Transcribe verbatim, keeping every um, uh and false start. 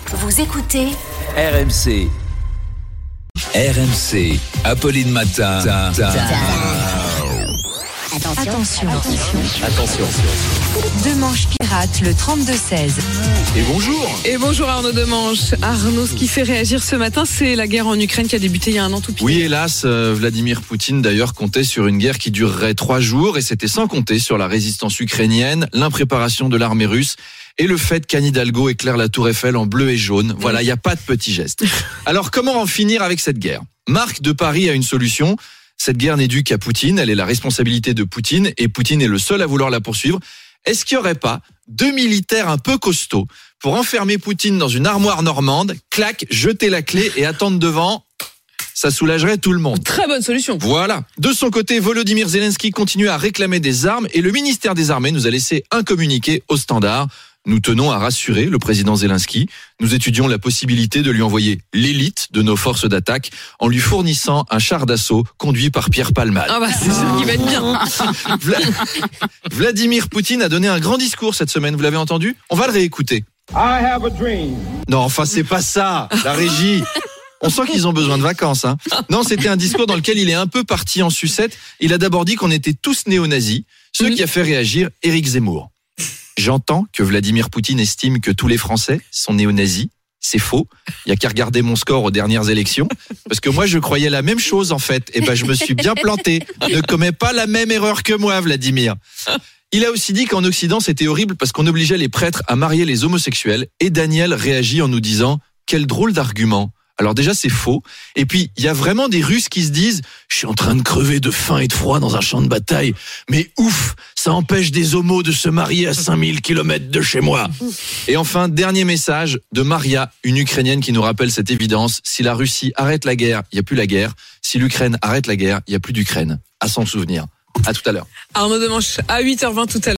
Vous écoutez R M C. R M C. Apolline Matin. Attention, attention, Attention. Demanche pirate, le trente-deux seize. Et bonjour. Et bonjour Arnaud Demanche. Arnaud, ce qui fait réagir ce matin, c'est la guerre en Ukraine qui a débuté il y a un an tout pile. Oui, hélas, euh, Vladimir Poutine d'ailleurs comptait sur une guerre qui durerait trois jours et c'était sans compter sur la résistance ukrainienne, l'impréparation de l'armée russe et le fait qu'Anne Hidalgo éclaire la tour Eiffel en bleu et jaune. Voilà, il n'y a pas de petits gestes. Alors comment en finir avec cette guerre ? Marc de Paris a une solution. Cette guerre n'est due qu'à Poutine, elle est la responsabilité de Poutine et Poutine est le seul à vouloir la poursuivre. Est-ce qu'il n'y aurait pas deux militaires un peu costauds pour enfermer Poutine dans une armoire normande, clac, jeter la clé et attendre devant ? Ça soulagerait tout le monde. Très bonne solution. Voilà. De son côté, Volodymyr Zelensky continue à réclamer des armes et le ministère des Armées nous a laissé un communiqué au Standard. Nous tenons à rassurer le président Zelensky. Nous étudions la possibilité de lui envoyer l'élite de nos forces d'attaque en lui fournissant un char d'assaut conduit par Pierre Palmade. Ah bah c'est sûr qu'il va être bien. Vla... Vladimir Poutine a donné un grand discours cette semaine, vous l'avez entendu ? On va le réécouter. I have a dream. Non, enfin c'est pas ça, la régie. On sent qu'ils ont besoin de vacances. Hein. Non, c'était un discours dans lequel il est un peu parti en sucette. Il a d'abord dit qu'on était tous néo-nazis, ce qui a fait réagir Éric Zemmour. J'entends que Vladimir Poutine estime que tous les Français sont néo-nazis. C'est faux. Il n'y a qu'à regarder mon score aux dernières élections. Parce que moi, je croyais la même chose, en fait. Et ben, je me suis bien planté. Ne commets pas la même erreur que moi, Vladimir. Il a aussi dit qu'en Occident, c'était horrible parce qu'on obligeait les prêtres à marier les homosexuels. Et Daniel réagit en nous disant « Quel drôle d'argument !» Alors déjà, c'est faux. Et puis, il y a vraiment des Russes qui se disent « Je suis en train de crever de faim et de froid dans un champ de bataille. Mais ouf, ça empêche des homos de se marier à cinq mille kilomètres de chez moi. » Et enfin, dernier message de Maria, une Ukrainienne qui nous rappelle cette évidence. Si la Russie arrête la guerre, il n'y a plus la guerre. Si l'Ukraine arrête la guerre, il n'y a plus d'Ukraine. À s'en souvenir. À tout à l'heure. Arnaud Demanche, à huit heures vingt tout à l'heure.